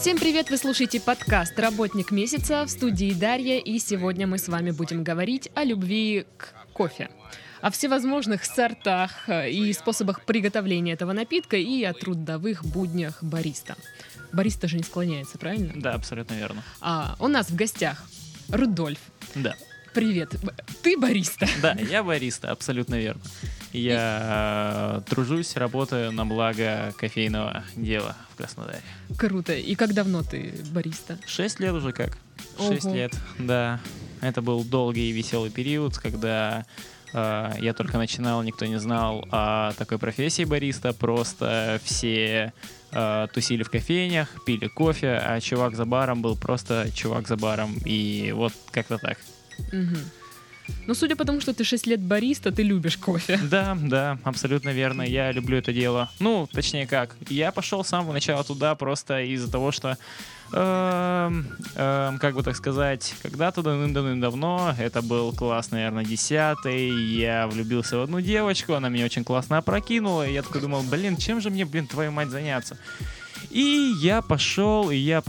Всем привет! Вы слушаете подкаст «Работник месяца», в студии Дарья, и сегодня мы с вами будем говорить о любви к кофе, о всевозможных сортах и способах приготовления этого напитка и о трудовых буднях бариста. Бариста же не склоняется, правильно? Да, абсолютно верно. У нас в гостях Рудольф. Да. Привет. Ты бариста? Да, я бариста, абсолютно верно. Я тружусь, работаю на благо кофейного дела в Краснодаре. Круто. И как давно ты бариста? 6 лет уже как. 6 Ого. лет, да. Это был долгий и веселый период, когда я только начинал, никто не знал о такой профессии бариста. Просто все тусили в кофейнях, пили кофе, а чувак за баром был просто чувак за баром. И вот как-то так. Угу. Ну, судя по тому, что ты 6 лет бариста, ты любишь кофе. Да, абсолютно верно. Я люблю это дело. Ну, точнее как. Я пошел с самого начала туда просто из-за того, что, как бы так сказать, когда-то давным-давно, это был класс, наверное, 10-й, я влюбился в одну девочку, она меня очень классно опрокинула, и я такой думал, чем же мне, твою мать, заняться? И я пошел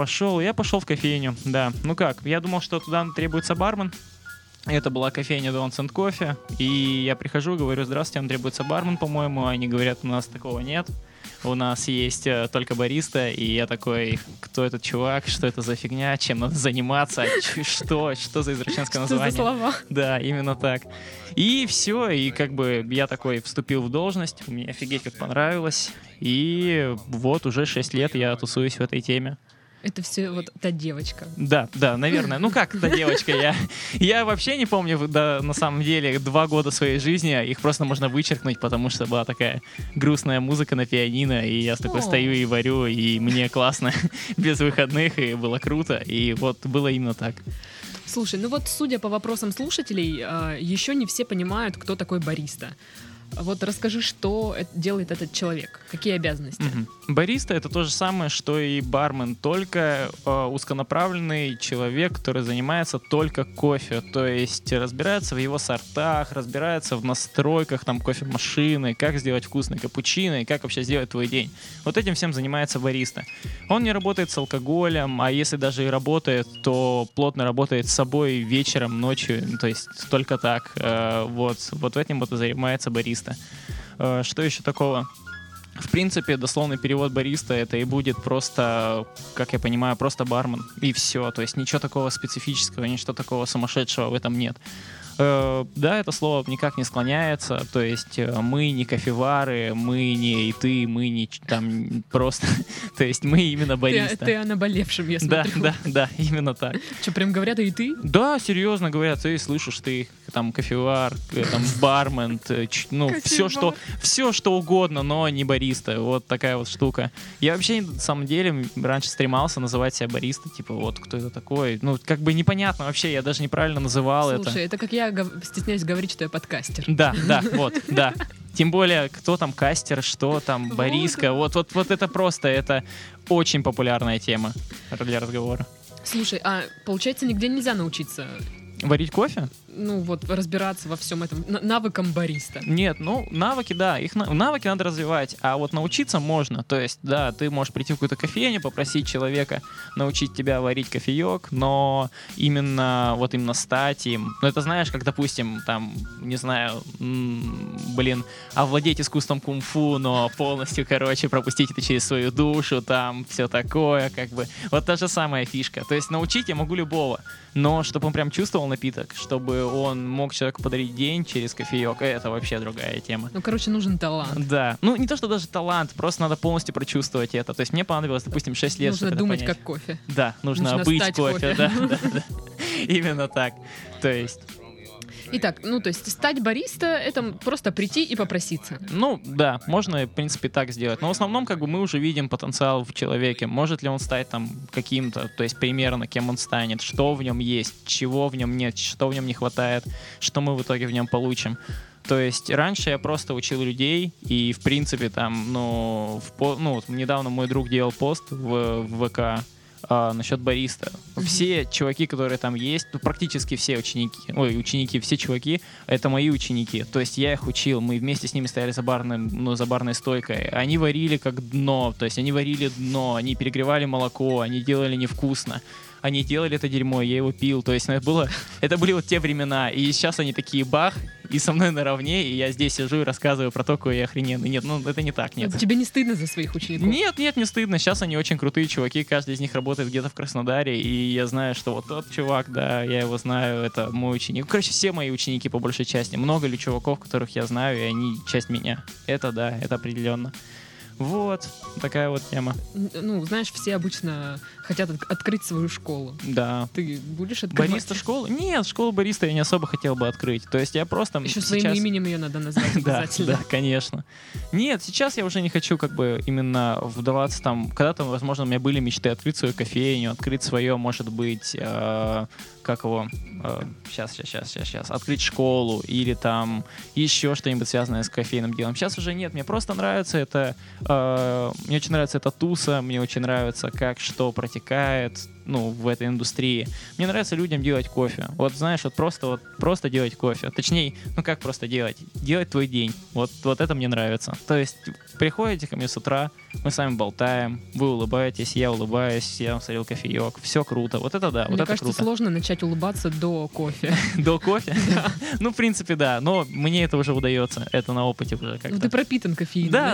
в кофейню, да. Ну как, я думал, что туда требуется бармен. Это была кофейня Donuts & Coffee, и я прихожу, говорю: здравствуйте, нам требуется бармен, по-моему. Они говорят: у нас такого нет, у нас есть только бариста. И я такой: кто этот чувак, что это за фигня, чем надо заниматься, что за извращенское название? Что за слова? Да, именно так. И все, и как бы я такой вступил в должность, мне офигеть как понравилось, и вот уже 6 лет я тусуюсь в этой теме. Это все вот та девочка. Да, наверное. Ну как та девочка? Я вообще не помню, да, на самом деле, 2 года своей жизни. Их просто можно вычеркнуть, потому что была такая грустная музыка на пианино, и я такой стою и варю, и мне классно без выходных, и было круто. И вот было именно так. Слушай, ну вот судя по вопросам слушателей, еще не все понимают, кто такой бариста. Вот расскажи, что делает этот человек, какие обязанности. Бариста — это то же самое, что и бармен, только узконаправленный человек, который занимается только кофе, то есть разбирается в его сортах, разбирается в настройках там кофемашины, как сделать вкусный капучино и как вообще сделать твой день. Вот этим всем занимается бариста. Он не работает с алкоголем, а если даже и работает, то плотно работает с собой вечером, ночью, то есть только так. Вот этим вот и занимается бариста. Что еще такого? В принципе, дословный перевод бариста — это и будет просто, как я понимаю, просто бармен. И все. То есть ничего такого специфического, ничего такого сумасшедшего в этом нет. Да, это слово никак не склоняется. То есть мы не кофевары, мы не и ты, мы не там просто... То есть мы именно бариста. Ты о наболевшем, я смотрю. Да, именно так. Что, прям говорят и ты? Да, серьезно говорят, ты слышишь, ты там кофевар, там бармен, ну все что угодно, но не бариста. Вот такая вот штука. Я вообще на самом деле раньше стремался называть себя бариста, типа вот кто это такой. Ну как бы непонятно вообще, я даже неправильно называл это. Слушай, это как я стесняюсь говорить, что я подкастер. Да. Тем более, кто там кастер, что там бариска. Вот это просто, это очень популярная тема для разговора. Слушай, а получается, нигде нельзя научиться варить кофе? Ну вот, разбираться во всем этом, навыкам бариста. Нет, навыки, да, навыки надо развивать, а вот научиться можно. То есть, да, ты можешь прийти в какую-то кофейню, попросить человека научить тебя варить кофеек, но именно стать им. Ну, это знаешь, как, допустим, там, не знаю, овладеть искусством кунг-фу, но полностью, пропустить это через свою душу, там, все такое, как бы. Вот та же самая фишка. То есть научить я могу любого, но чтобы он прям чувствовал напиток, чтобы он мог человеку подарить день через кофеек, это вообще другая тема. Ну, нужен талант. Да. Ну, не то, что даже талант, просто надо полностью прочувствовать это. То есть мне понадобилось, допустим, 6 лет, нужно думать как кофе. Да, нужно быть кофе. Да. Именно так. То есть... Итак, то есть стать бариста — это просто прийти и попроситься. Ну, да, можно, в принципе, так сделать. Но в основном, мы уже видим потенциал в человеке. Может ли он стать там каким-то, то есть примерно кем он станет, что в нем есть, чего в нем нет, что в нем не хватает, что мы в итоге в нем получим. То есть раньше я просто учил людей, и, в принципе, там, недавно мой друг делал пост в ВК насчет бариста. Все чуваки, которые там есть, ну, практически все ученики, все чуваки, это мои ученики. То есть я их учил, мы вместе с ними стояли за барной стойкой. Они варили как дно, то есть они варили дно, они перегревали молоко, они делали невкусно. Они делали это дерьмо, я его пил. То есть это были вот те времена. И сейчас они такие бах, и со мной наравне, и я здесь сижу и рассказываю про то, какой я охрененный. Нет, ну это не так, нет. Тебе не стыдно за своих учеников? Нет, не стыдно. Сейчас они очень крутые чуваки, каждый из них работает где-то в Краснодаре, и я знаю, что вот тот чувак, да, я его знаю, это мой ученик. Короче, все мои ученики по большей части. Много ли чуваков, которых я знаю, и они часть меня. Это да, это определенно. Вот, такая вот тема. Ну, знаешь, все обычно хотят открыть свою школу. Да. Ты будешь открывать? Бариста школу? Нет, школу бариста я не особо хотел бы открыть. То есть я просто Еще сейчас... своим именем ее надо назвать обязательно. Да, конечно. Нет, сейчас я уже не хочу как бы именно вдаваться там... Когда-то, возможно, у меня были мечты открыть свою кофейню, открыть свое, может быть, сейчас. Открыть школу или там еще что-нибудь связанное с кофейным делом. Сейчас уже нет, мне просто нравится это... Мне очень нравится эта туса, мне очень нравится, как что протекает, ну, в этой индустрии. Мне нравится людям делать кофе. Вот, знаешь, вот просто делать кофе. Точнее, ну как просто делать? Делать твой день. Вот это мне нравится. То есть приходите ко мне с утра, мы с вами болтаем, вы улыбаетесь, я улыбаюсь, я вам сварил кофеек. Все круто. Вот это да, вот Мне это кажется, круто. сложно начать улыбаться до кофе. До кофе? Ну, в принципе, да. Но мне это уже удается. Это на опыте уже как-то. Ну, ты пропитан кофеином, Да.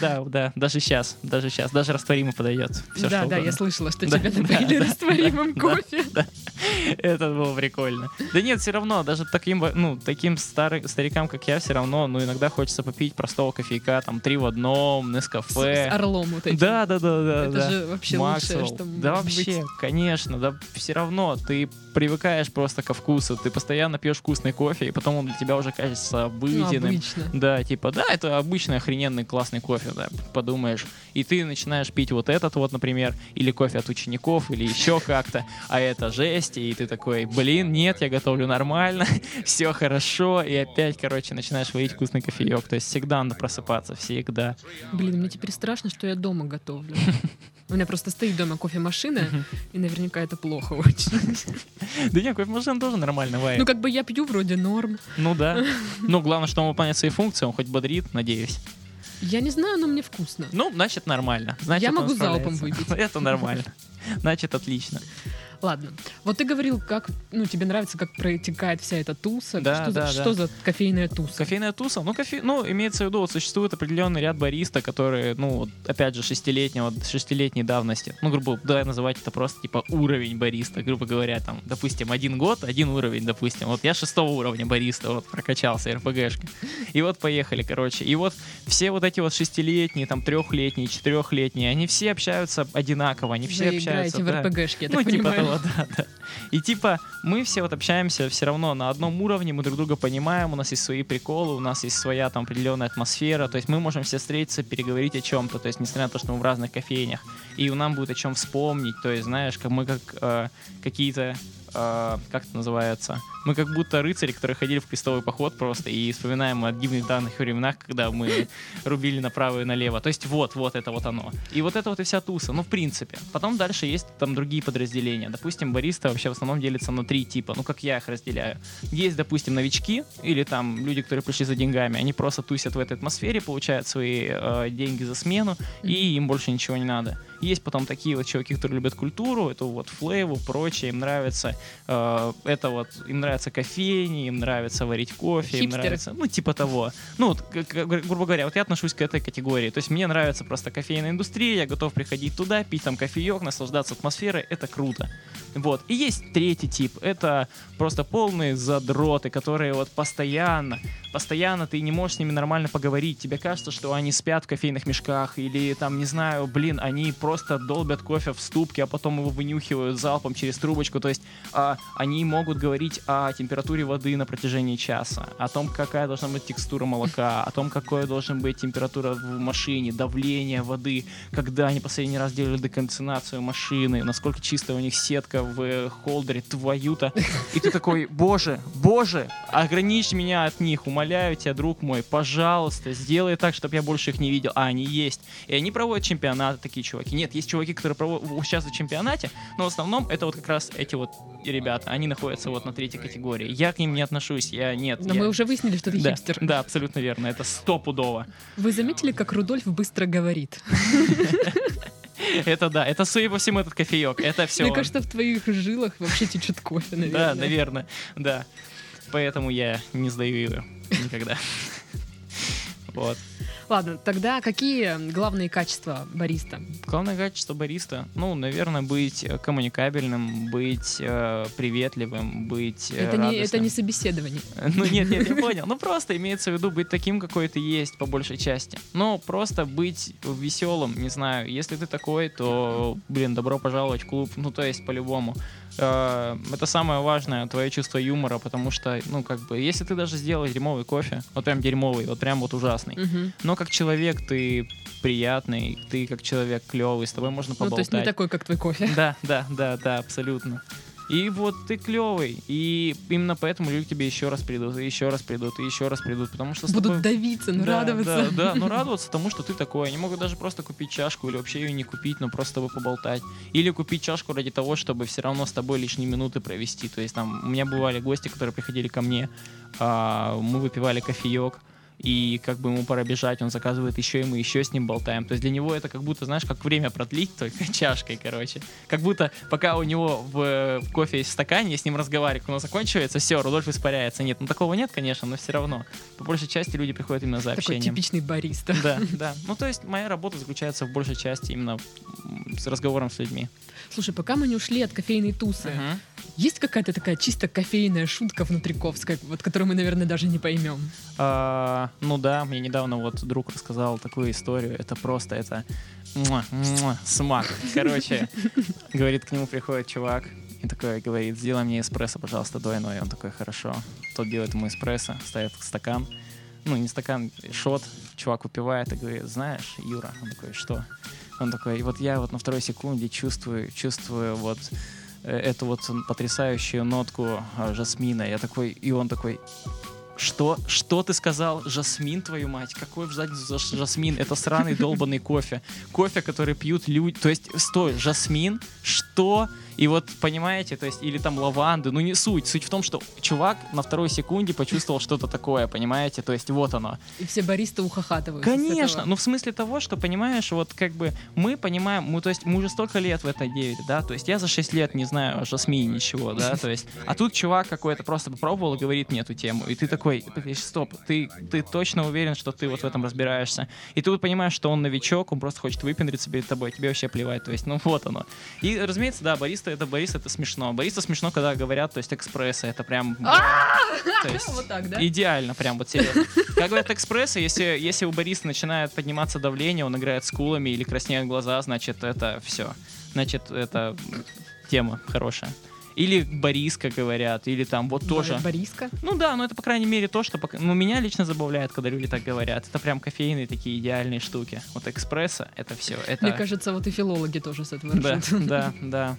Даже сейчас. Даже растворимый подойдет. Да, я слышала, что тебя напоили растворимым кофе. Да. Это было прикольно. Да нет, все равно, даже таким старикам, как я, все равно, иногда хочется попить простого кофейка, там, 3 в 1, Нескафе. С орлом вот этим. Да. Это же вообще лучшее, что Да вообще, конечно, да, все равно, ты привыкаешь просто ко вкусу, ты постоянно пьешь вкусный кофе, и потом он для тебя уже кажется обыденным. Обычно. Да, типа, да, это обычный охрененный классный кофе, да, подумаешь. И ты начинаешь пить вот этот вот, например, или кофе от учеников, или еще как-то, а это жесть, и ты такой, блин, нет, я готовлю нормально, все хорошо, и опять, начинаешь варить вкусный кофеек. То есть всегда надо просыпаться, всегда. Блин, мне теперь страшно, что я дома готовлю. У меня просто стоит дома кофемашина, и наверняка это плохо очень. Да нет, кофемашина тоже нормально варит. Ну, как бы я пью вроде норм. Ну да. Ну, главное, что он выполняет свои функции, он хоть бодрит, надеюсь. Я не знаю, но мне вкусно. Ну, значит, нормально. Значит, я могу залпом выпить. Это нормально. Значит, отлично. Ладно. Вот ты говорил, как, тебе нравится, как протекает вся эта туса. Да, что за кофейная туса? Кофейная туса? Имеется в виду, вот существует определенный ряд бариста, которые, опять же, шестилетней давности. Грубо, давай называть это просто, типа, уровень бариста, грубо говоря, там, допустим, 1 год, 1 уровень, допустим. Вот я 6-го уровня бариста, вот, прокачался, РПГшка. И вот поехали, И вот все вот эти вот 6-летние, там, 3-летние, 4-летние, они все общаются одинаково, они все общаются... Вы играете в РПГшки, я так понимаю. Да. И типа мы все вот общаемся все равно на одном уровне, мы друг друга понимаем, у нас есть свои приколы, у нас есть своя там определенная атмосфера, то есть мы можем все встретиться, переговорить о чем-то, то есть несмотря на то, что мы в разных кофейнях, и нам будет о чем вспомнить, то есть знаешь, мы как какие-то как это называется? Мы как будто рыцари, которые ходили в крестовый поход просто и вспоминаем о дивных давних временах, когда мы рубили направо и налево. То есть вот это вот оно. И вот это вот и вся туса, в принципе. Потом дальше есть там другие подразделения. Допустим, бариста вообще в основном делится на 3 типа, как я их разделяю. Есть, допустим, новички или там люди, которые пришли за деньгами, они просто тусят в этой атмосфере, получают свои деньги за смену, и им больше ничего не надо. Есть потом такие вот чуваки, которые любят культуру, это вот флейву, прочее, им нравится им нравятся кофейни, им нравится варить кофе, им нравится, типа того. Грубо говоря, вот я отношусь к этой категории. То есть мне нравится просто кофейная индустрия, я готов приходить туда, пить там кофеек, наслаждаться атмосферой, это круто. Вот. И есть 3-й тип, это просто полные задроты, которые вот постоянно ты не можешь с ними нормально поговорить, тебе кажется, что они спят в кофейных мешках, или там, не знаю, они просто долбят кофе в ступке, а потом его вынюхивают залпом через трубочку, то есть они могут говорить о температуре воды на протяжении часа, о том, какая должна быть текстура молока, о том, какая должна быть температура в машине, давление воды, когда они последний раз делали деконденсацию машины, насколько чистая у них сетка в холдере, твою-то. И ты такой, боже, ограничь меня от них, умоляю. умоляю тебя, друг мой, пожалуйста, сделай так, чтобы я больше их не видел. А они есть. И они проводят чемпионаты, такие чуваки. Нет, есть чуваки, которые участвуют в чемпионате, но в основном это вот как раз эти вот ребята, они находятся вот на третьей категории. Я к ним не отношусь, Но мы уже выяснили, что ты да, хипстер. Да, абсолютно верно, это стопудово. Вы заметили, как Рудольф быстро говорит? Это да, это, судя по всему, этот кофеек, это все. Мне кажется, в твоих жилах вообще течет кофе, наверное. Да, наверное, да. Поэтому я не сдаю ее никогда. Вот. Ладно, тогда какие главные качества бариста? Главное качество бариста, наверное, быть коммуникабельным, быть приветливым, быть радостным. Это не собеседование. Нет, я понял. Просто имеется в виду быть таким, какой ты есть, по большей части. Просто быть веселым, не знаю. Если ты такой, то, добро пожаловать в клуб. То есть, по-любому. Это самое важное, твое чувство юмора, потому что, если ты даже сделаешь дерьмовый кофе, вот прям дерьмовый, вот прям вот ужасный, но как человек ты приятный, ты как человек клевый, с тобой можно поболтать. То есть не такой, как твой кофе. Да, абсолютно. И вот ты клевый, и именно поэтому люди к тебе еще раз придут, и еще раз придут, и еще раз придут, потому что будут давиться, радоваться. Да, радоваться тому, что ты такой. Они могут даже просто купить чашку, или вообще ее не купить, но просто с тобой поболтать. Или купить чашку ради того, чтобы все равно с тобой лишние минуты провести. То есть там у меня бывали гости, которые приходили ко мне, мы выпивали кофеек, и ему пора бежать, он заказывает еще, и мы еще с ним болтаем. То есть для него это как будто, знаешь, как время продлить только чашкой, короче. Как будто пока у него в кофе есть в стакане, я с ним разговариваю, когда он заканчивается, все, Рудольф испаряется. Нет, такого нет, конечно, но все равно. По большей части люди приходят именно за общением. Такой типичный бариста. Да. То есть моя работа заключается в большей части именно с разговором с людьми. Слушай, пока мы не ушли от кофейной тусы, есть какая-то такая чисто кофейная шутка внутриковская, вот которую мы, наверное, даже не поймем? Мне недавно вот друг рассказал такую историю. Это просто, смак. Короче, говорит, к нему приходит чувак и такой говорит: сделай мне эспрессо, пожалуйста, двойной. Он такой: хорошо. Тот делает ему эспрессо, ставит стакан. Не стакан, шот. Чувак выпивает и говорит: знаешь, Юра. Он такой: что? Он такой: вот я вот на второй секунде чувствую вот эту вот потрясающую нотку жасмина. Я такой, и он такой: Что ты сказал? Жасмин, твою мать? Какой в задницу жасмин? Это сраный долбанный кофе. Кофе, который пьют люди. То есть, стой, жасмин? Что? И вот, понимаете, то есть, или там лаванды, не суть. Суть в том, что чувак на второй секунде почувствовал что-то такое, понимаете? То есть, вот оно. И все баристы ухахатывают. Конечно, в смысле того, что, понимаешь, вот мы понимаем, мы уже столько лет в это деле, да, то есть я за 6 лет не знаю о жасмине ничего, да, то есть, а тут чувак какой-то просто попробовал и говорит мне эту тему, и ты такой: стоп, ты точно уверен, что ты вот в этом разбираешься? И ты вот понимаешь, что он новичок, он просто хочет выпендриться перед тобой, тебе вообще плевать, то есть, вот оно. И, разумеется, да, бариста это смешно. Бариста смешно, когда говорят, то есть, экспресса, это прям... То есть, вот так, да? Идеально, прям вот серьезно. Как говорят экспресса, если у бариста начинает подниматься давление, он играет скулами или краснеют глаза, значит, это все. Значит, это тема хорошая. Или бариска говорят, или там вот тоже. Бариска? Это, по крайней мере, то, что меня лично забавляет, когда люди так говорят. Это прям кофейные такие идеальные штуки. Вот экспресса, это все. Мне кажется, вот и филологи тоже с этого ржут. Да.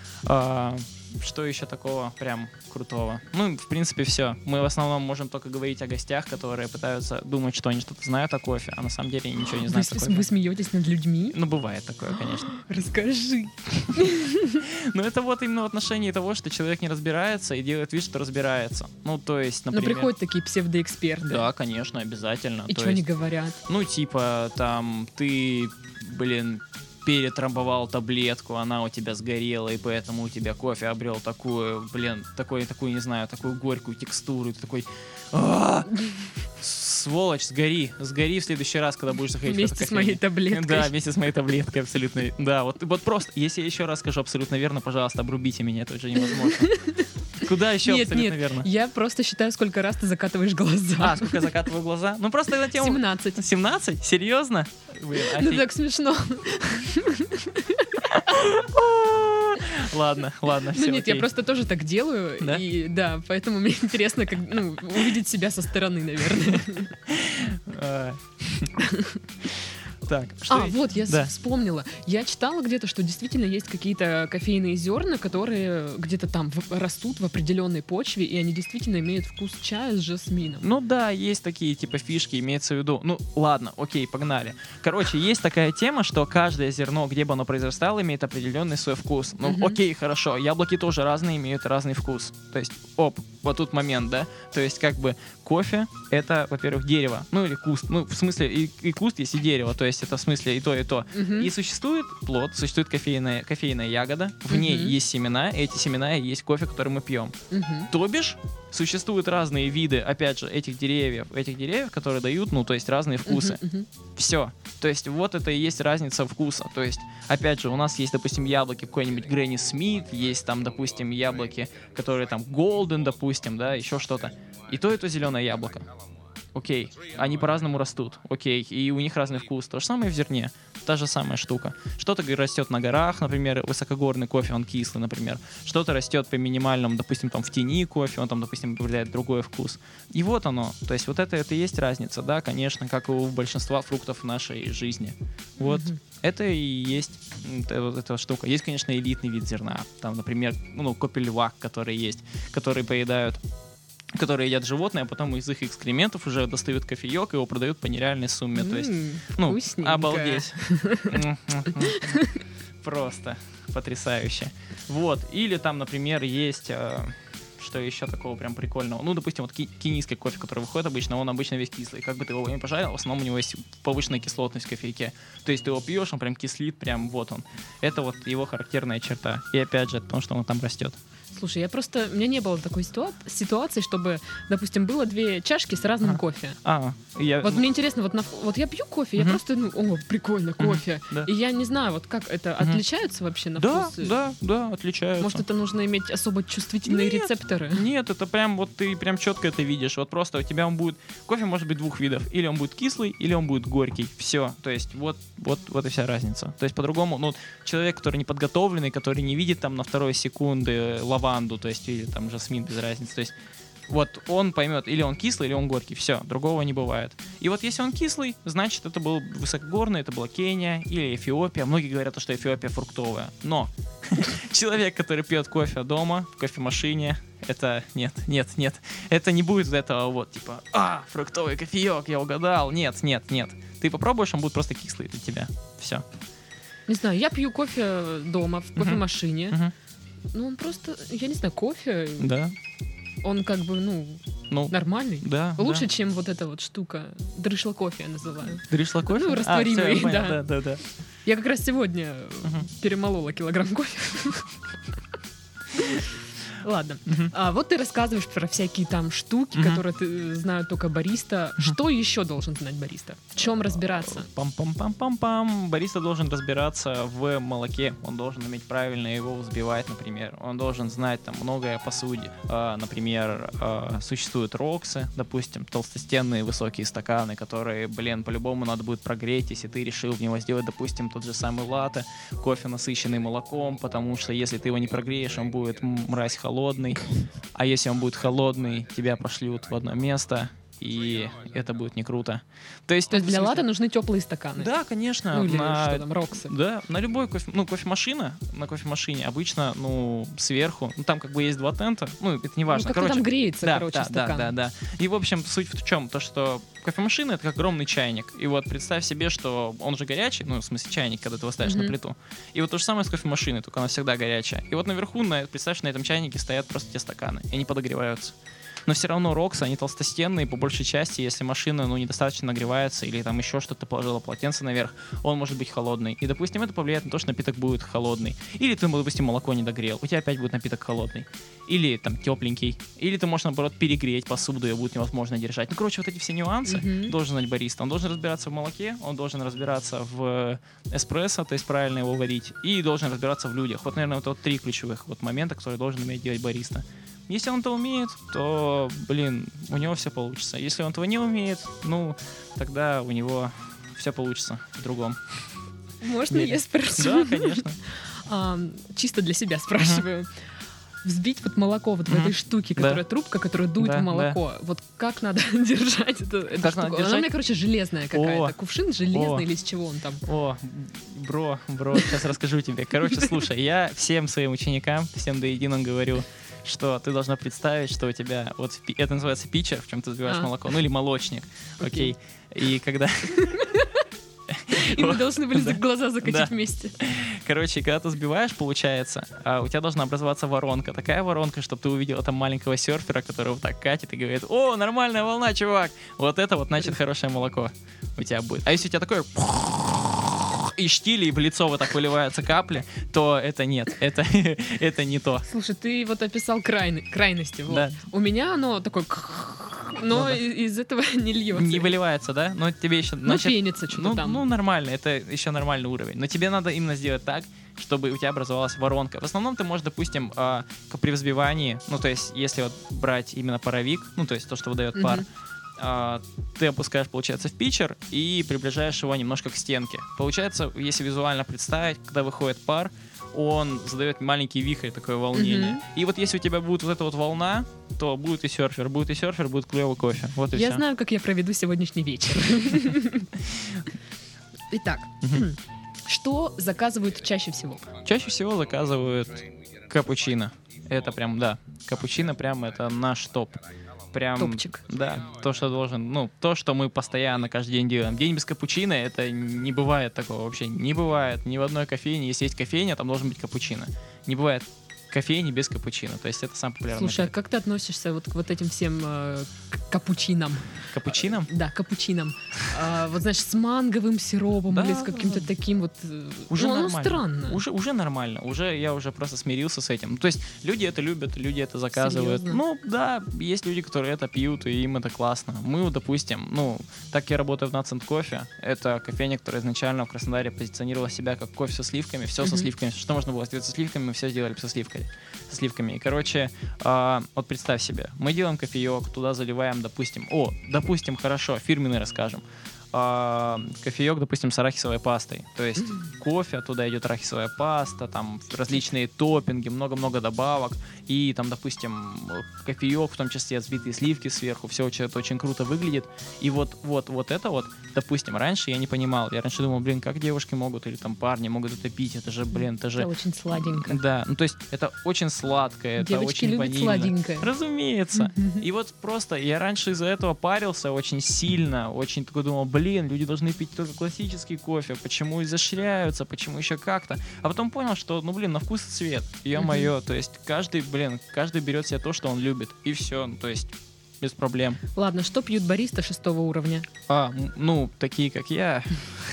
Что еще такого прям крутого? В принципе, все. Мы в основном можем только говорить о гостях, которые пытаются думать, что они что-то знают о кофе, а на самом деле ничего не знают о кофе. Вы смеетесь над людьми? Бывает такое, конечно. Расскажи. Это вот именно в отношении того, что человек не разбирается и делает вид, что разбирается. То есть, например... Но приходят такие псевдоэксперты. Да, конечно, обязательно. И что они говорят? Ты, перетрамбовал таблетку, она у тебя сгорела, и поэтому у тебя кофе обрел такую, не знаю, такую горькую текстуру, и ты такой: сволочь, сгори в следующий раз, когда будешь заходить в эту кофейню. Вместе с моей таблеткой. Да, вместе с моей таблеткой, абсолютно. Да, вот просто, если я еще раз скажу абсолютно верно, пожалуйста, обрубите меня, это уже невозможно. Куда еще абсолютно верно? Я просто считаю, сколько раз ты закатываешь глаза. Сколько я закатываю глаза? Просто на тему... 17. 17? Серьезно? Так смешно. Ладно, все. Нет, я просто тоже так делаю. Да? И да, поэтому мне интересно увидеть себя со стороны, наверное. Так, что вот, я Да. вспомнила. Я читала где-то, что действительно есть какие-то кофейные зерна, которые где-то там растут в определенной почве, и они действительно имеют вкус чая с жасмином. Ну да, есть такие типа фишки, имеется в виду. Ну ладно, окей, погнали. Короче, есть такая тема, что каждое зерно, где бы оно произрастало, имеет определенный свой вкус. Ну окей, хорошо, яблоки тоже разные, имеют разный вкус. То есть, вот тут момент, да? То есть как бы кофе — это, во-первых, дерево, ну или куст. Ну, в смысле, и куст есть, и дерево, то есть это в смысле и то, и то. И существует плод, существует кофейная ягода, в ней есть семена, и эти семена и есть кофе, который мы пьем. То бишь, существуют разные виды, опять же, этих деревьев, которые дают, ну, то есть разные вкусы. Все. То есть вот это и есть разница вкуса. То есть, опять же, у нас есть, допустим, яблоки какой-нибудь Гренни Смит, есть там, допустим, яблоки, которые там Голден, допустим, да, еще что-то. И то зеленое яблоко. Окей, они по-разному растут, окей, и у них разный вкус. То же самое в зерне, та же самая штука. Что-то растет на горах, например, высокогорный кофе, он кислый, например. Что-то растет по минимальному, допустим, там в тени кофе, он там, допустим, появляет другой вкус. И вот оно, то есть вот это и есть разница, да, конечно, как и у большинства фруктов в нашей жизни. Вот. Это и есть вот эта штука. Есть, конечно, элитный вид зерна. Там, например, копи льва, которые есть, которые которые едят животные, а потом из их экскрементов уже достают кофеек и его продают по нереальной сумме. То есть, вкусненько. Обалдеть. Просто потрясающе. Вот. Или там, например, есть... Что еще такого прям прикольного? Ну, допустим, вот кенийский кофе, который выходит обычно, он обычно весь кислый. Как бы ты его не пожарил, в основном у него есть повышенная кислотность в кофейке. То есть ты его пьешь, он прям кислит, прям вот он. Это вот его характерная черта. И опять же, это потому, что он там растет. Слушай, у меня не было такой ситуации, чтобы, допустим, было 2 чашки с разным кофе. Вот мне интересно, вот я пью кофе, я просто, прикольно, кофе. Да. И я не знаю, вот как это отличаются вообще на вкус? Да, отличаются. Может, это нужно иметь особо чувствительные рецепторы? Нет, это прям вот ты прям четко это видишь. Вот просто у тебя он будет... Кофе может быть 2 видов. Или он будет кислый, или он будет горький. Все. То есть вот и вся разница. То есть по-другому, человек, который не подготовленный, который не видит там на 2 секунды лаванду, то есть или там жасмин, без разницы. То есть вот он поймет, или он кислый, или он горький. Все, другого не бывает. И вот если он кислый, значит, это был высокогорный, это была Кения или Эфиопия. Многие говорят, что Эфиопия фруктовая. Но человек, который пьет кофе дома, в кофемашине, это нет. Это не будет этого вот, типа, фруктовый кофеек, я угадал. Нет. Ты попробуешь, он будет просто кислый для тебя. Все. Не знаю, я пью кофе дома, в кофемашине. Он просто, я не знаю, кофе... Да. Он как бы, нормальный. Да. Лучше, чем вот эта вот штука. Дрышло кофе я называю. Дрышло кофе? Растворимый, всё, да. Я как раз сегодня перемолола килограмм кофе. Ладно. Вот ты рассказываешь про всякие там штуки, которые знают только бариста. Что еще должен знать бариста? В чем разбираться? Пам-пам-пам-пам-пам. Бариста должен разбираться в молоке. Он должен уметь правильно его взбивать, например. Он должен знать там многое о посуде. Например, существуют роксы, допустим, толстостенные высокие стаканы, которые, по-любому надо будет прогреть, если ты решил в него сделать, допустим, тот же самый латте, кофе, насыщенный молоком, потому что если ты его не прогреешь, он будет мразь холодный, а если он будет холодный, тебя пошлют в одно место, и это будет не круто. То есть для латте нужны теплые стаканы? Да, конечно. Или что там, роксы? Да, на любой кофемашине обычно, сверху, там как бы есть 2 тента, это не важно. Как-то там греется, стакан. Да. И, в общем, суть в чем? То, что кофемашина — это как огромный чайник. И вот представь себе, что он же горячий, в смысле чайник, когда ты его ставишь на плиту. И вот то же самое с кофемашиной, только она всегда горячая. И вот наверху, представь, на этом чайнике стоят просто те стаканы, и они подогреваются. Но все равно роксы, они толстостенные, по большей части, если машина, недостаточно нагревается, или там еще что-то, положила полотенце наверх, он может быть холодный. И, допустим, это повлияет на то, что напиток будет холодный. Или ты, допустим, молоко не догрел, у тебя опять будет напиток холодный. Или там тепленький. Или ты можешь, наоборот, перегреть посуду, ее будет невозможно держать. Вот эти все нюансы должен знать бариста. Он должен разбираться в молоке, он должен разбираться в эспрессо, то есть правильно его варить, и должен разбираться в людях. Вот, наверное, вот 3 ключевых момента, которые должен уметь делать бариста. Если он это умеет, то, у него все получится. Если он этого не умеет, тогда у него все получится в другом. Можно я спрошу? Да, конечно. Чисто для себя спрашиваю. взбить вот молоко вот в Мгм. этой штуке, Да. которая трубка, которая дует Да, в молоко. Вот как надо держать эту Как надо штуку? Она у держать? меня, короче, железная какая-то. О. Кувшин железный О. или из чего он там? О, бро, сейчас расскажу тебе. Короче, слушай, я всем своим ученикам, всем до единого говорю, что ты должна представить, что у тебя, вот это называется питчер, в чем ты взбиваешь молоко, ну или молочник, окей. И когда... И мы должны были Да. глаза Да. закатить вместе. Короче, когда ты взбиваешь, получается, у тебя должна образоваться воронка. Такая воронка, чтобы ты увидела там маленького серфера, который вот так катит и говорит: «О, нормальная волна, чувак!» Вот это вот, значит, хорошее молоко у тебя будет. А если у тебя такое и штили, и в лицо вот так выливаются капли, то это нет, это не то. Слушай, ты вот описал крайности. Вот. Да. У меня оно такое... Но Ну да. из этого не льется. Не выливается, да? Но тебе еще... Ну, пенится что-то Ну, там. ну, нормально, это еще нормальный уровень. Но тебе надо именно сделать так, чтобы у тебя образовалась воронка. В основном ты можешь, допустим, при взбивании, ну, то есть, если вот брать именно паровик, ну, то есть то, что выдает пар, ты опускаешь, получается, в питчер и приближаешь его немножко к стенке. Получается, если визуально представить, когда выходит пар, он задает маленький вихрь, такое волнение. Мгм. И вот если у тебя будет вот эта вот волна, то будет и серфер, будет клевый кофе. Вот и Я все. знаю, как я проведу сегодняшний вечер. Итак, Мгм. что заказывают чаще всего? Чаще всего заказывают капучино. Это прям, да, капучино прям это наш топ. Прям, Топчик. да, то, что должен, ну, то, что мы постоянно каждый день делаем. День без капучино, это не бывает такого вообще, не бывает. Ни в одной кофейне, если есть кофейня, там должен быть капучино. Не бывает кофейни без капучино, то есть это самый популярный. Слушай, а как ты относишься вот к вот этим всем капучинам? Капучино? Да, капучинам. Вот, знаешь, с манговым сиропом Да, или с каким-то таким вот... Уже ну, оно нормально. странно. Уже нормально. Я уже просто смирился с этим. Ну, то есть люди это любят, люди это заказывают. Серьезно? Ну да, есть люди, которые это пьют, и им это классно. Мы, вот, допустим, ну, так как я работаю в Nuts and Coffee, это кофейня, которая изначально в Краснодаре позиционировала себя как кофе со сливками, все со Мгм. сливками. Что можно было сделать со сливками, мы все сделали со сливками. И, короче, вот представь себе, мы делаем кофеек, туда заливаем, допустим, хорошо, фирменный расскажем. Кофеек, допустим, с арахисовой пастой. То есть кофе, туда идет арахисовая паста, там различные топпинги, много-много добавок. И там, допустим, кофеек, в том числе взбитые сливки сверху. Все это очень круто выглядит. И вот это вот, допустим, раньше я не понимал. Я раньше думал, блин, как девушки могут или там парни могут это пить? Это же, блин, это же... Это очень сладенько. Да, ну то есть это очень сладкое, это Девочки очень любят ванильно. сладенькое. Разумеется. Мгм. И вот просто я раньше из-за этого парился очень сильно, очень такой думал, блин, люди должны пить только классический кофе, почему изощряются, почему еще как-то. А потом понял, что, ну блин, на вкус и цвет, ё-моё, то есть каждый берет себе то, что он любит, и все, ну, то есть без проблем. Ладно, что пьют бариста 6-го уровня? Ну, такие как я,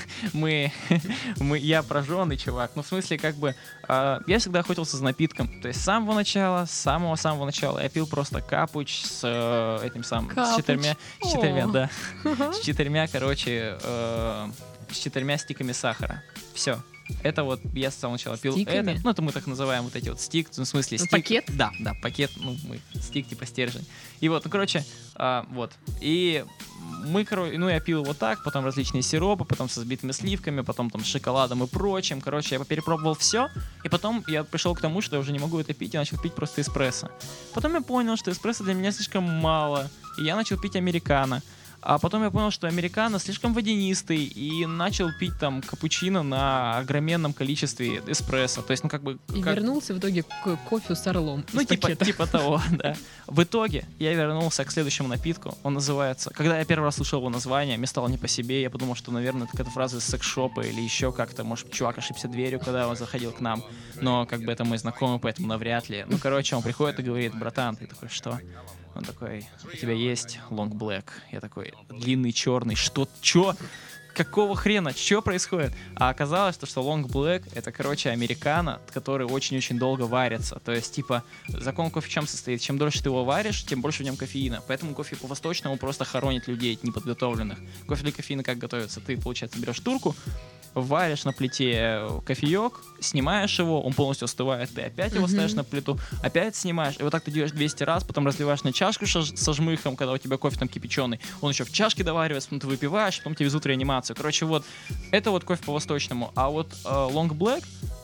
я прожженный чувак. Ну, в смысле, как бы, я всегда охотился за напитком. То есть с самого начала я пил просто капуч с этим самым, Капуч. с четырьмя, О. да, с четырьмя, короче, с 4 стиками сахара. Все. Это вот я с самого начала пил Стиками? это. Ну, это мы так называем вот эти вот стик, ну, в смысле Ну, стик. пакет? Да, пакет, ну, мы стик типа стержень. И вот, ну, короче, вот. И я пил вот так, потом различные сиропы, потом со взбитыми сливками, потом там с шоколадом и прочим. Короче, я перепробовал все, и потом я пришел к тому, что я уже не могу это пить, и начал пить просто эспрессо. Потом я понял, что эспрессо для меня слишком мало, и я начал пить американо. А потом я понял, что американо слишком водянистый, и начал пить там капучино на огроменном количестве эспрессо. То есть, ну как бы... И вернулся в итоге к кофе с орлом. Ну, из пакета. типа того, да. В итоге я вернулся к следующему напитку. Он называется... Когда я первый раз слышал его название, мне стало не по себе. Я подумал, что, наверное, это какая-то фраза из секс-шопа или еще как-то. Может, чувак ошибся дверью, когда он заходил к нам. Но как бы это мой знакомый, поэтому навряд ли. Ну, короче, он приходит и говорит: братан, ты такой, что? Он такой: у тебя есть Long Black? Я такой: длинный черный. Что? Чё? Какого хрена? Что происходит? А оказалось, что Long Black — это, короче, американо, который очень-очень долго варится. То есть, типа, закон кофе в чем состоит? Чем дольше ты его варишь, тем больше в нем кофеина. Поэтому кофе по-восточному просто хоронит людей неподготовленных. Кофе для кофеина как готовится? Ты, получается, берешь турку, варишь на плите кофеек, снимаешь его, он полностью остывает, ты опять его ставишь на плиту, опять снимаешь, и вот так ты делаешь 200 раз, потом разливаешь на чашку со жмыхом, когда у тебя кофе там кипяченый, он еще в чашке доваривается, потом ты выпиваешь, потом тебе везут реанимацию. Короче, вот, это вот кофе по-восточному. А вот Long Black —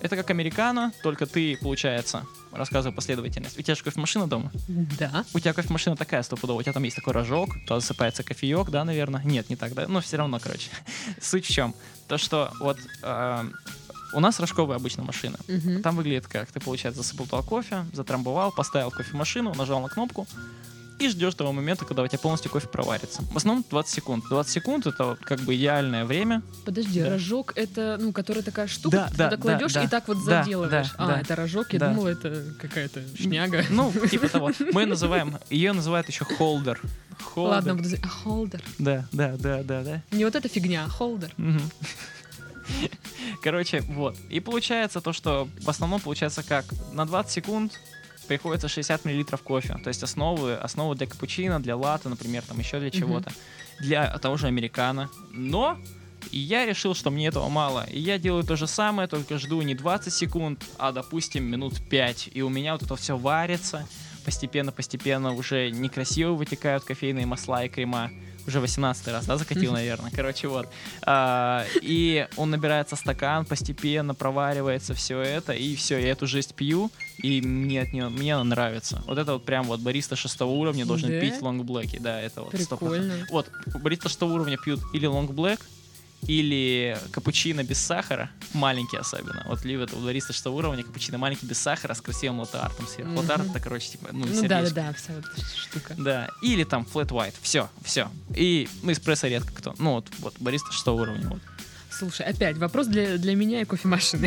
Это как американо, только ты, получается, рассказываю последовательность. У тебя же кофемашина дома? Да. У тебя кофемашина такая стопудовая, у тебя там есть такой рожок, туда засыпается кофеек, да, наверное? Нет, не так, да? Но все равно, короче. Суть в чем? То, что вот у нас рожковая обычно машина. Там выглядит как? Ты, получается, засыпал туда кофе, затрамбовал, поставил в кофемашину, нажал на кнопку и ждешь того момента, когда у тебя полностью кофе проварится. В основном 20 секунд. 20 секунд — это вот как бы идеальное время. Подожди, Да. рожок — это, ну, которая такая штука, Да, ты туда кладешь и так вот заделываешь. да. Это рожок, я Да. думала, это какая-то шняга. Ну, типа того. Ее называют еще холдер. Ладно, буду холдер. Да. Не вот эта фигня, а холдер. Мгм. Короче, вот. И получается то, что в основном получается как? На 20 секунд приходится 60 мл кофе. То есть основу для капучино, для латте, например, там еще для чего-то. Для того же американо. Но я решил, что мне этого мало. И я делаю то же самое, только жду не 20 секунд, а, допустим, минут 5. И у меня вот это все варится. Постепенно уже некрасиво вытекают кофейные масла и крема. Уже 18-й раз, да, закатил, наверное. Короче, вот. И он набирается стакан, постепенно проваривается все это, и все, я эту жесть пью, и мне она нравится. Вот это вот прям вот бариста 6-го уровня должен Да? пить лонг-блэки, да, это вот 100%. Прикольно. Вот, бариста 6-го уровня пьют или лонг-блэк, или капучино без сахара, маленький особенно. Вот любят у бариста 6-го уровня капучино маленький без сахара с красивым латте-артом сверху. Мгм. Латте-арт — это, короче, типа, Ну сердечко. да, вся вот эта штука. Да, или там flat white, все. И эспрессо редко кто. Ну вот бариста 6-го уровня. Вот. Слушай, опять вопрос для меня и кофемашины.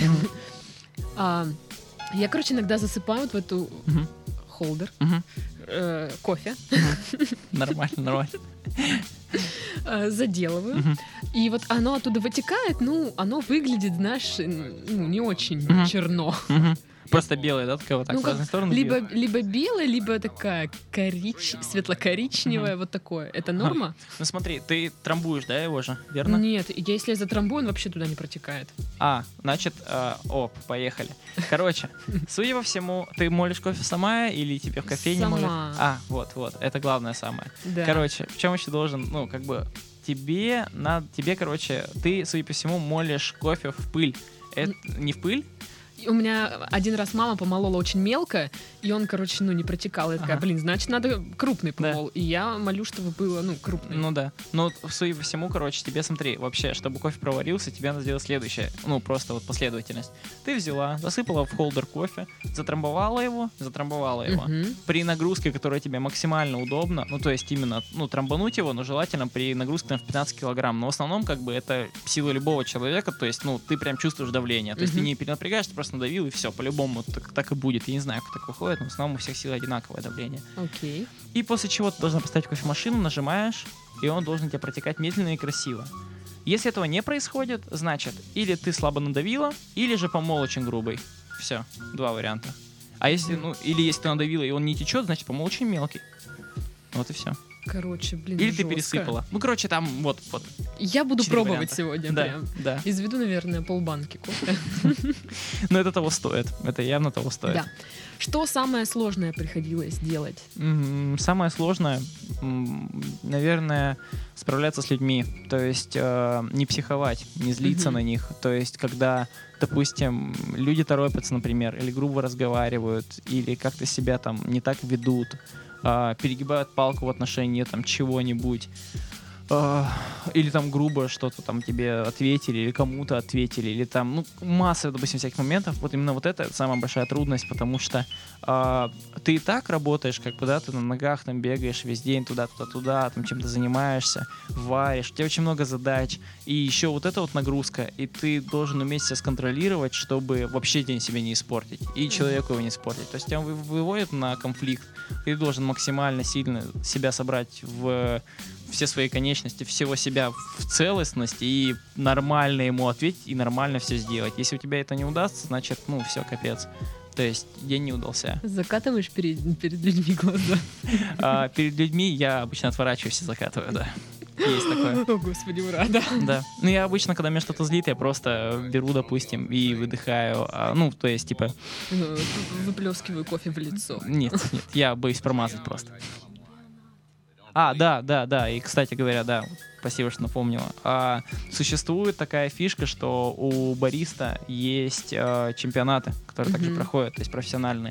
Я, короче, иногда засыпаю вот в эту Мгм. холдер Мгм. кофе, Нормально. заделываю, Мгм. и вот оно оттуда вытекает, ну, оно выглядит, знаешь, ну, не очень Мгм. черно. Мгм. Просто белая, да, такая вот так Ну, в как разные стороны? либо, бьет? либо белая, либо такая светло-коричневая, вот такое. Это норма? Ну смотри, ты трамбуешь, да, его же, верно? Нет, если я затрамбую, он вообще туда не протекает. Значит, поехали. Короче, судя по всему, ты молишь кофе сама или тебе в кофейне Сама. молят? Вот, это главное самое. Да. Короче, в чем еще должен, тебе, короче, ты, судя по всему, молишь кофе в пыль. Это не в пыль? И у меня один раз мама помолола очень мелко, и он, короче, не протекал. Я такая, Ага. значит, надо крупный Да. помол. И я молю, чтобы было, крупный. Ну да. Но, судя по всему, короче, тебе, смотри, вообще, чтобы кофе проварился, тебе надо сделать следующее. Просто вот последовательность. Ты взяла, засыпала в холдер кофе, затрамбовала его. Мгм. При нагрузке, которая тебе максимально удобна, то есть именно, трамбануть его, но желательно при нагрузке там, в 15 килограмм. Но в основном, как бы, это сила любого человека, то есть, ты прям чувствуешь давление. То есть ты Мгм. не перенапрягаешь, ты просто надавил, и все, по-любому так и будет. Я не знаю, как так выходит, но в основном у всех сил одинаковое давление. Окей. И после чего ты должна поставить кофемашину, нажимаешь, и он должен тебе протекать медленно и красиво. Если этого не происходит, значит, или ты слабо надавила, или же помол очень грубый. Все, два варианта. А если, или если ты надавила, и он не течет, значит, помол очень мелкий. Вот и все. Короче, блин, Или ты жестко. пересыпала. Там вот. Я буду 4 пробовать варианта. сегодня Да, прям. да. Изведу, наверное, полбанки кофе. Но это того стоит. Это явно того стоит. Да. Что самое сложное приходилось делать? Самое сложное, наверное, справляться с людьми. То есть не психовать, не злиться Мгм. на них. То есть когда, допустим, люди торопятся, например, или грубо разговаривают, или как-то себя там не так ведут, перегибают палку в отношении там чего-нибудь. Или там грубо что-то там тебе ответили, или кому-то ответили, или там, масса, допустим, всяких моментов. Вот именно вот это самая большая трудность, потому что ты и так работаешь, как бы, да, ты на ногах там бегаешь весь день туда-туда, там чем-то занимаешься, варишь, у тебя очень много задач, и еще вот эта вот нагрузка, и ты должен уметь себя сконтролировать, чтобы вообще день себе не испортить, и человеку его не испортить. То есть тебя выводит на конфликт, ты должен максимально сильно себя собрать в все свои конечности, всего себя в целостность и нормально ему ответить и нормально все сделать. Если у тебя это не удастся, значит, все, капец. То есть день не удался. Закатываешь перед людьми глаза. Перед людьми я обычно отворачиваюсь и закатываю, да. Есть такое. О, господи, ура, да. Да. Я обычно, когда меня что-то злит, я просто беру, допустим, и выдыхаю. То есть, типа... Выплескиваю кофе в лицо. Нет, я боюсь промазать просто. Да. И, кстати говоря, да, спасибо, что напомнила. Существует такая фишка, что у бариста есть чемпионаты, которые также проходят, то есть профессиональные.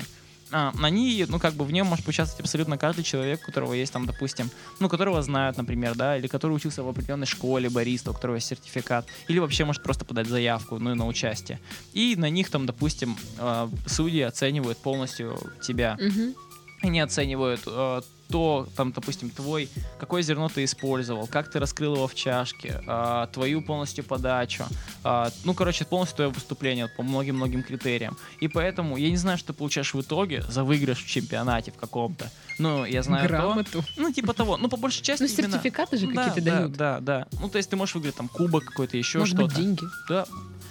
Они, в нем может участвовать абсолютно каждый человек, у которого есть там, допустим, которого знают, например, да, или который учился в определенной школе бариста, у которого есть сертификат, или вообще может просто подать заявку, на участие. И на них там, допустим, судьи оценивают полностью тебя. Они оценивают то, там, допустим, какое зерно ты использовал, как ты раскрыл его в чашке, твою полностью подачу, полностью твое выступление по многим-многим критериям. И поэтому я не знаю, что ты получаешь в итоге за выигрыш в чемпионате в каком-то. Я знаю грамоту. Типа того. По большей части сертификаты же какие-то дают. Да. То есть ты можешь выиграть там кубок какой-то, еще может что-то. Может быть, деньги. Да.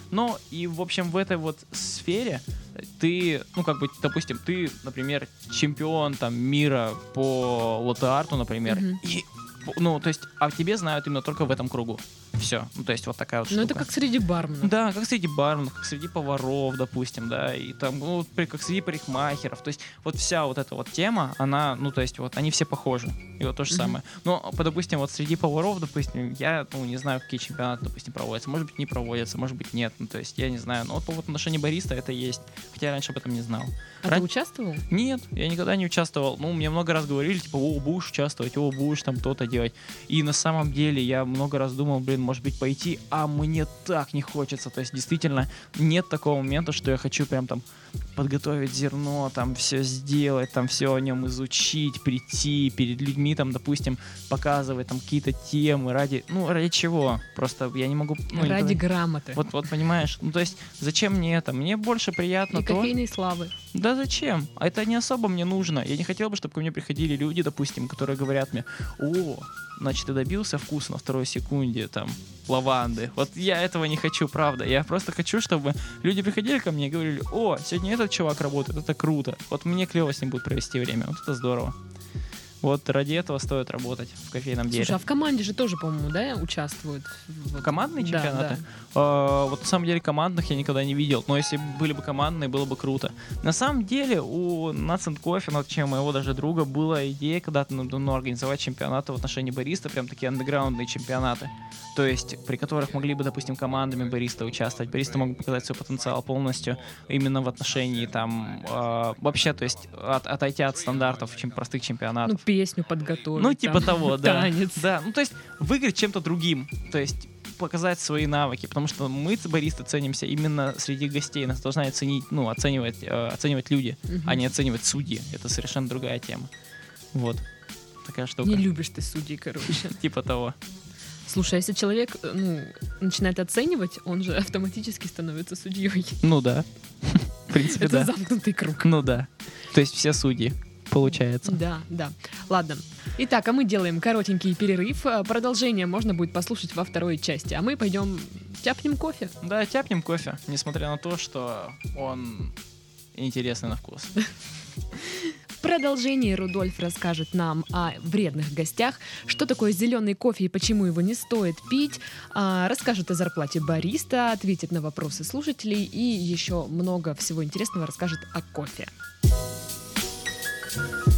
И, в общем, в этой вот сфере ты, допустим, ты, например, чемпион там мира по латте-арту, например, и, то есть, тебе знают именно только в этом кругу. Все. То есть, вот такая вот штука. Это как среди барменов. Да, как среди барменов, как среди поваров, допустим, да, и там, как среди парикмахеров. То есть, вот вся вот эта вот тема, она, то есть, вот они все похожи. И вот то же самое. Но, допустим, вот среди поваров, допустим, я, не знаю, какие чемпионаты, допустим, проводятся. Может быть, не проводятся, может быть, нет. То есть, я не знаю. Но вот по отношению бариста это есть. Хотя я раньше об этом не знал. Ты участвовал? Нет, я никогда не участвовал. Мне много раз говорили, типа, будешь участвовать, будешь там то-то делать. И на самом деле я много раз думал, может быть, пойти, а мне так не хочется. То есть, действительно, нет такого момента, что я хочу прям там подготовить зерно, там все сделать, там все о нем изучить, прийти перед людьми, там, допустим, показывать там какие-то темы ради чего? Просто я не могу... ради грамоты. Вот понимаешь? То есть, зачем мне это? Мне больше приятно и кофейной славы. Да зачем? А это не особо мне нужно. Я не хотел бы, чтобы ко мне приходили люди, допустим, которые говорят мне: значит, ты добился вкуса на второй секунде, там, лаванды. Вот я этого не хочу, правда. Я просто хочу, чтобы люди приходили ко мне и говорили: сегодня этот чувак работает, это круто. Вот мне клево с ним будет провести время, вот это здорово. Вот ради этого стоит работать в кофейном деле. Слушай, а в команде же тоже, по-моему, да, участвуют? Командные чемпионаты? Да. Вот на самом деле командных я никогда не видел, но если были бы командные, было бы круто. На самом деле у Nuts & Coffee, чем моего даже друга, была идея когда-то организовать чемпионаты в отношении бариста, прям такие андеграундные чемпионаты. То есть, при которых могли бы, допустим, командами бариста участвовать. Баристы могут показать свой потенциал полностью именно в отношении там вообще, то есть отойти от стандартов простых чемпионатов. Песню подготовить. Типа того, да. Танец. Да, то есть выиграть чем-то другим. То есть показать свои навыки, потому что мы, баристы, ценимся именно среди гостей. Нас должны оценивать люди, а не оценивать судьи. Это совершенно другая тема. Вот. Такая штука. Не любишь ты судей, короче. Типа того. Слушай, а если человек, начинает оценивать, он же автоматически становится судьей. Да. В принципе, да. Это замкнутый круг. Да. То есть все судьи. Получается. Да. Ладно. Итак, а мы делаем коротенький перерыв. Продолжение можно будет послушать во второй части. А мы пойдем тяпнем кофе. Да, тяпнем кофе, несмотря на то, что он интересный на вкус. В продолжении Рудольф расскажет нам о вредных гостях, что такое зеленый кофе и почему его не стоит пить, расскажет о зарплате бариста, ответит на вопросы слушателей и еще много всего интересного расскажет о кофе.